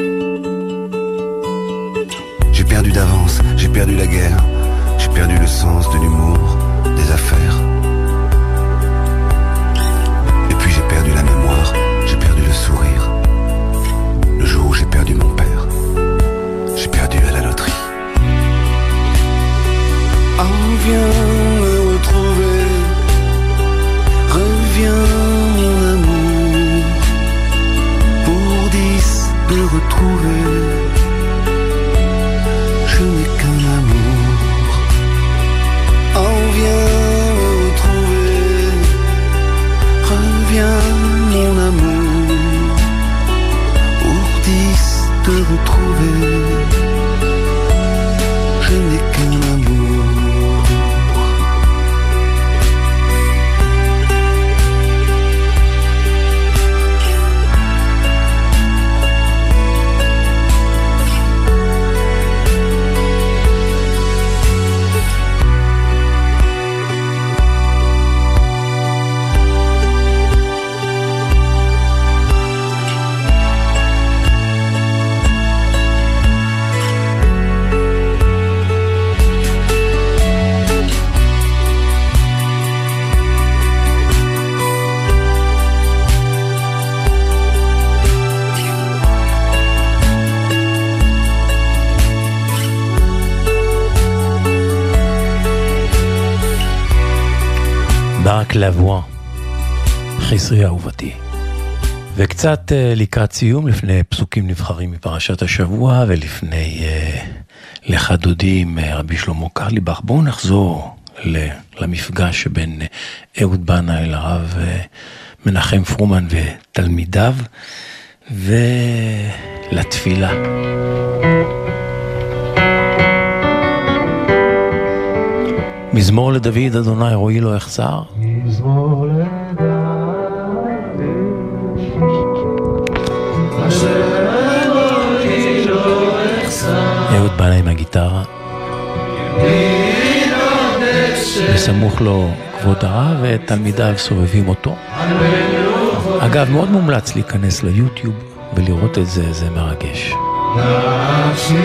J'ai perdu d'avance, j'ai perdu la guerre. J'ai perdu le sens de l'humour, des affaires. Et puis j'ai perdu la mémoire, j'ai perdu le sourire. Le jour où j'ai perdu mon père, j'ai perdu à la loterie. Oh, viens me retrouver, reviens mon amour, pour 10 de retrouver. Je n'ai qu'un amour. Oh, viens me retrouver, reviens mon amour, pour 10 de retrouver. Je n'ai qu'un amour. ברק לבואן, חסרי אהובתי. וקצת לקראת סיום, לפני פסוקים נבחרים מפרשת השבוע, ולפני לך דודי עם רבי שלמה קרליבך, בואו נחזור למפגש שבין אהוד בנאי לרב מנחם פרומן ותלמידיו, ולתפילה. מזמור לדוד, אדוני רואי לא יחסר. מזמור לדוד, אשר רואי לא יחסר. אהוד בנאי עם הגיטרה. בסמוך לו כבוד הרב ותלמידיו סובבים אותו. אגב, מאוד מומלץ להיכנס ליוטיוב ולראות את זה, זה מרגש. נפשי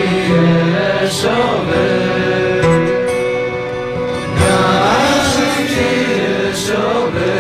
ישובר, נפשי ישובר,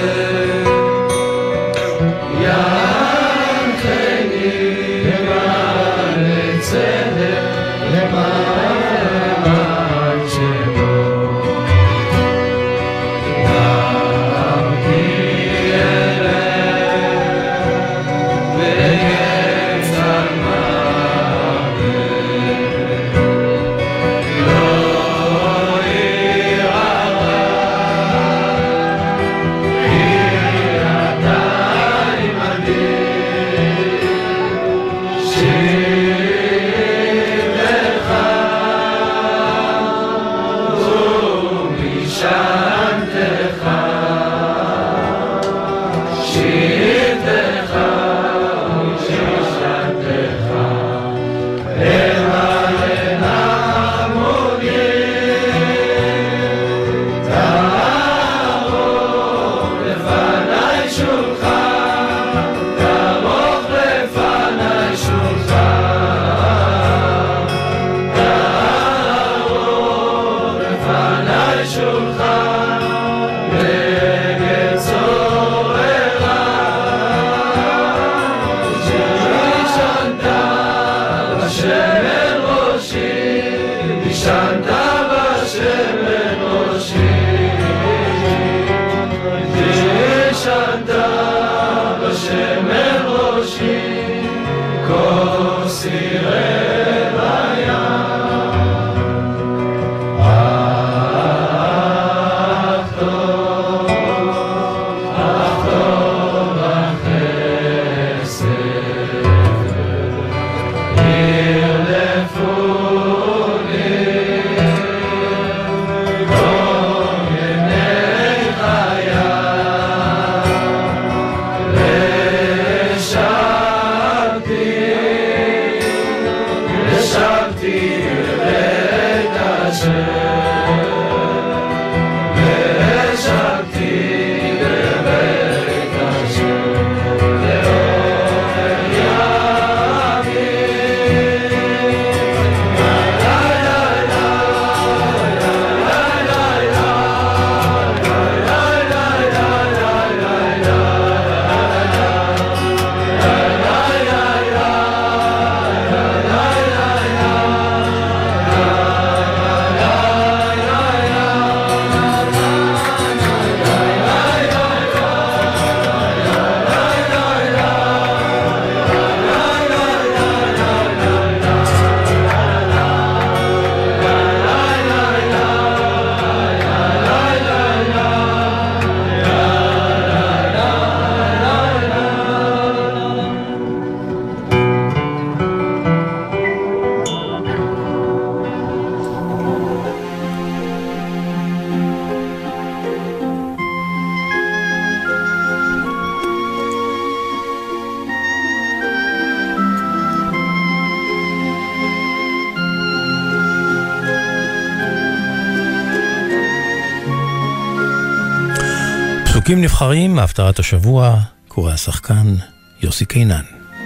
פסוקים נבחרים מהפטרת השבוע, קורא השחקן יוסי קינן.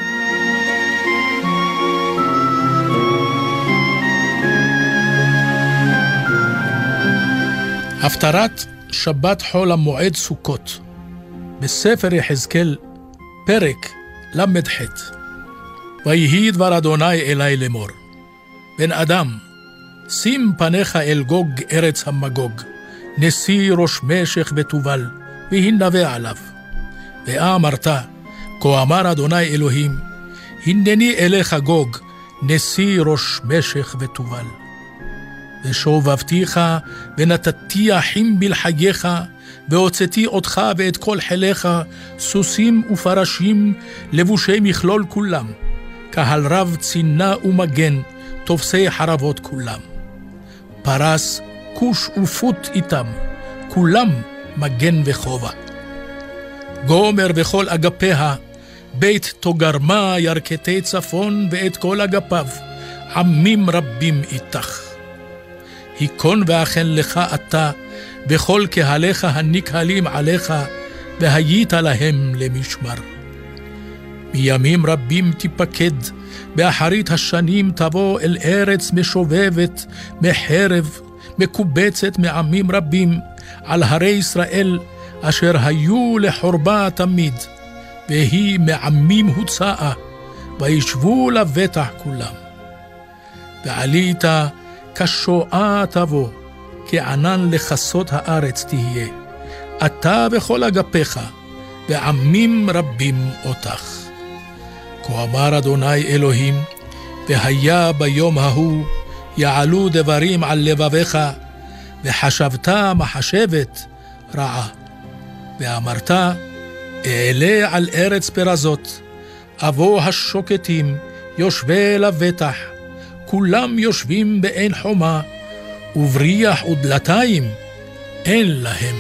הפטרת שבת חול המועד סוכות, בספר יחזקאל, פרק למ"ח. ויהי דבר אדוני אלי לאמור, בן אדם, שים פניך אל גוג ארץ המגוג, נשיא ראש משך ותובל, והנבא עליו. ואמרת, כה אמר אדוני אלוהים, הנני אליך גוג, נשיא ראש משך ותובל. ושובבתיך ונתתי אחים בלחייך, והוצאתי אותך ואת כל חיליך, סוסים ופרשים, לבושי מכלול כולם, קהל רב צינה ומגן, תופסי חרבות כולם. פרס, כוש ופוט איתם, כולם מגן וחובה. גומר בכל אגפיה, בית תוגרמה ירכתי צפון ואת כל אגפיו, עמים רבים איתך. היכון ואכן לך אתה, בכל קהליך הנקהלים עליך, והיית להם למשמר. מימים רבים תיפקד, באחרית השנים תבוא אל ארץ משובבת, מחרב, מקובצת מעמים רבים, על הרי ישראל, אשר היו לחורבה תמיד, והיא מעמים הוצאה, וישבו לבטח כולם. ועלית כשואה תבוא, כענן לחסות הארץ תהיה, אתה וכל אגפיך, ועמים רבים אותך. כה אמר אדוני אלוהים, והיה ביום ההוא, יעלו דברים על לבביך, וחשבת מחשבת רעה. ואמרת, אעלה על ארץ פרזות, אבוא השוקטים, יושבי לבטח, כולם יושבים באין חומה, ובריח ודלתיים אין להם.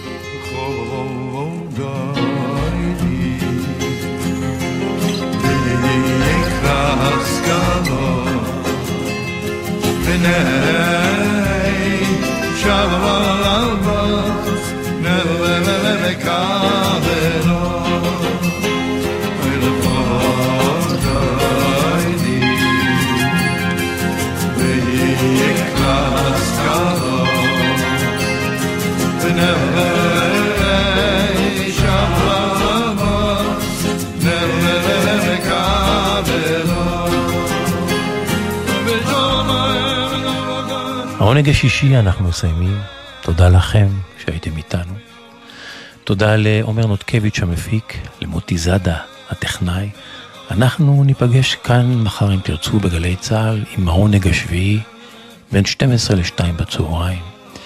העונג השישי אנחנו מסיימים. תודה לכם שהייתם איתנו. תודה לעומר נותקביץ' המפיק, למוטי זאדה הטכנאי. אנחנו ניפגש כאן מחר אם תרצו בגלי צהל עם העונג השביעי בין 12 ל-2 בצהריים.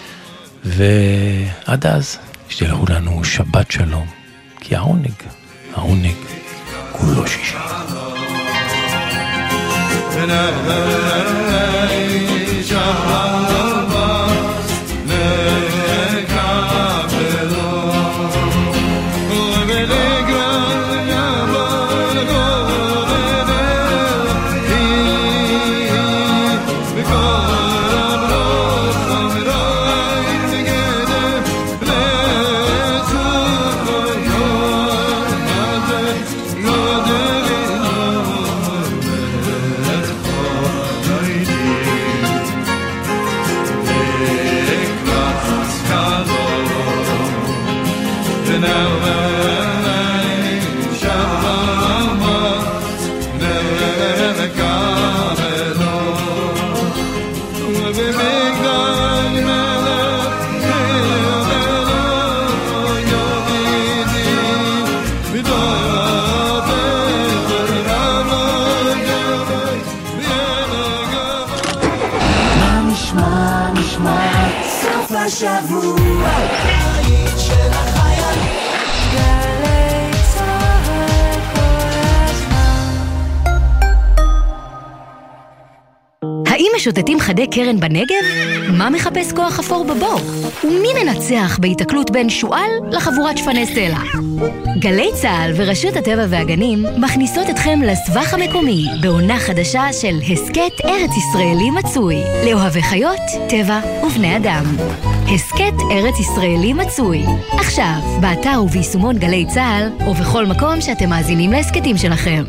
ועד אז שתלכו לנו שבת שלום, כי העונג כולו שישי. שוטטים חדי קרן בנגב? מה מחפש כוח אפור בבור? ומי מנצח בהתקלות בין שואל לחבורת שפני סלע? גלי צהל ורשות הטבע והגנים מכניסות אתכם לסבך המקומי בעונה חדשה של הסקט ארץ ישראלי מצוי לאוהבי חיות, טבע ובני אדם. הסקט ארץ ישראלי מצוי עכשיו באתר וביישומון גלי צהל ובכל מקום שאתם מאזינים להסקטים שלכם.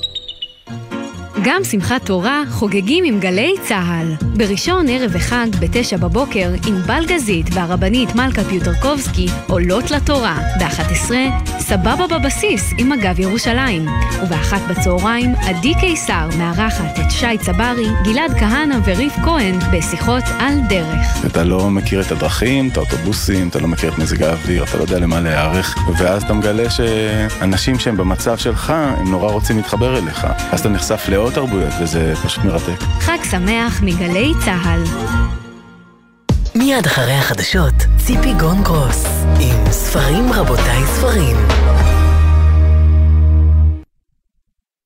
גם שמחת תורה חוגגים עם גלי צהל. בראשון ערב החג ב9 בבוקר עם בלגזית והרבנית מלכה פיוטרקובסקי עולות לתורה. ב11 סבבה בבסיס עם מגב ירושלים. וב1 בצהריים עדי קיסר מארחת את שי צברי, גלעד כהנא וריף כהן בשיחות על דרך. אתה לא מכיר את הדרכים, את האוטובוסים, אתה לא מכיר את מזג האוויר, אתה לא יודע למה להיערך, ואז אתה מגלה שאנשים שהם במצב שלך הם נורא רוצים להתחבר אליך. אז אתה נחשף לעוד תרבויות, וזה פשוט מרתק. חג שמח מגלי צהל. מיד אחרי החדשות, ציפי גון גרוס עם ספרים רבותיי ספרים.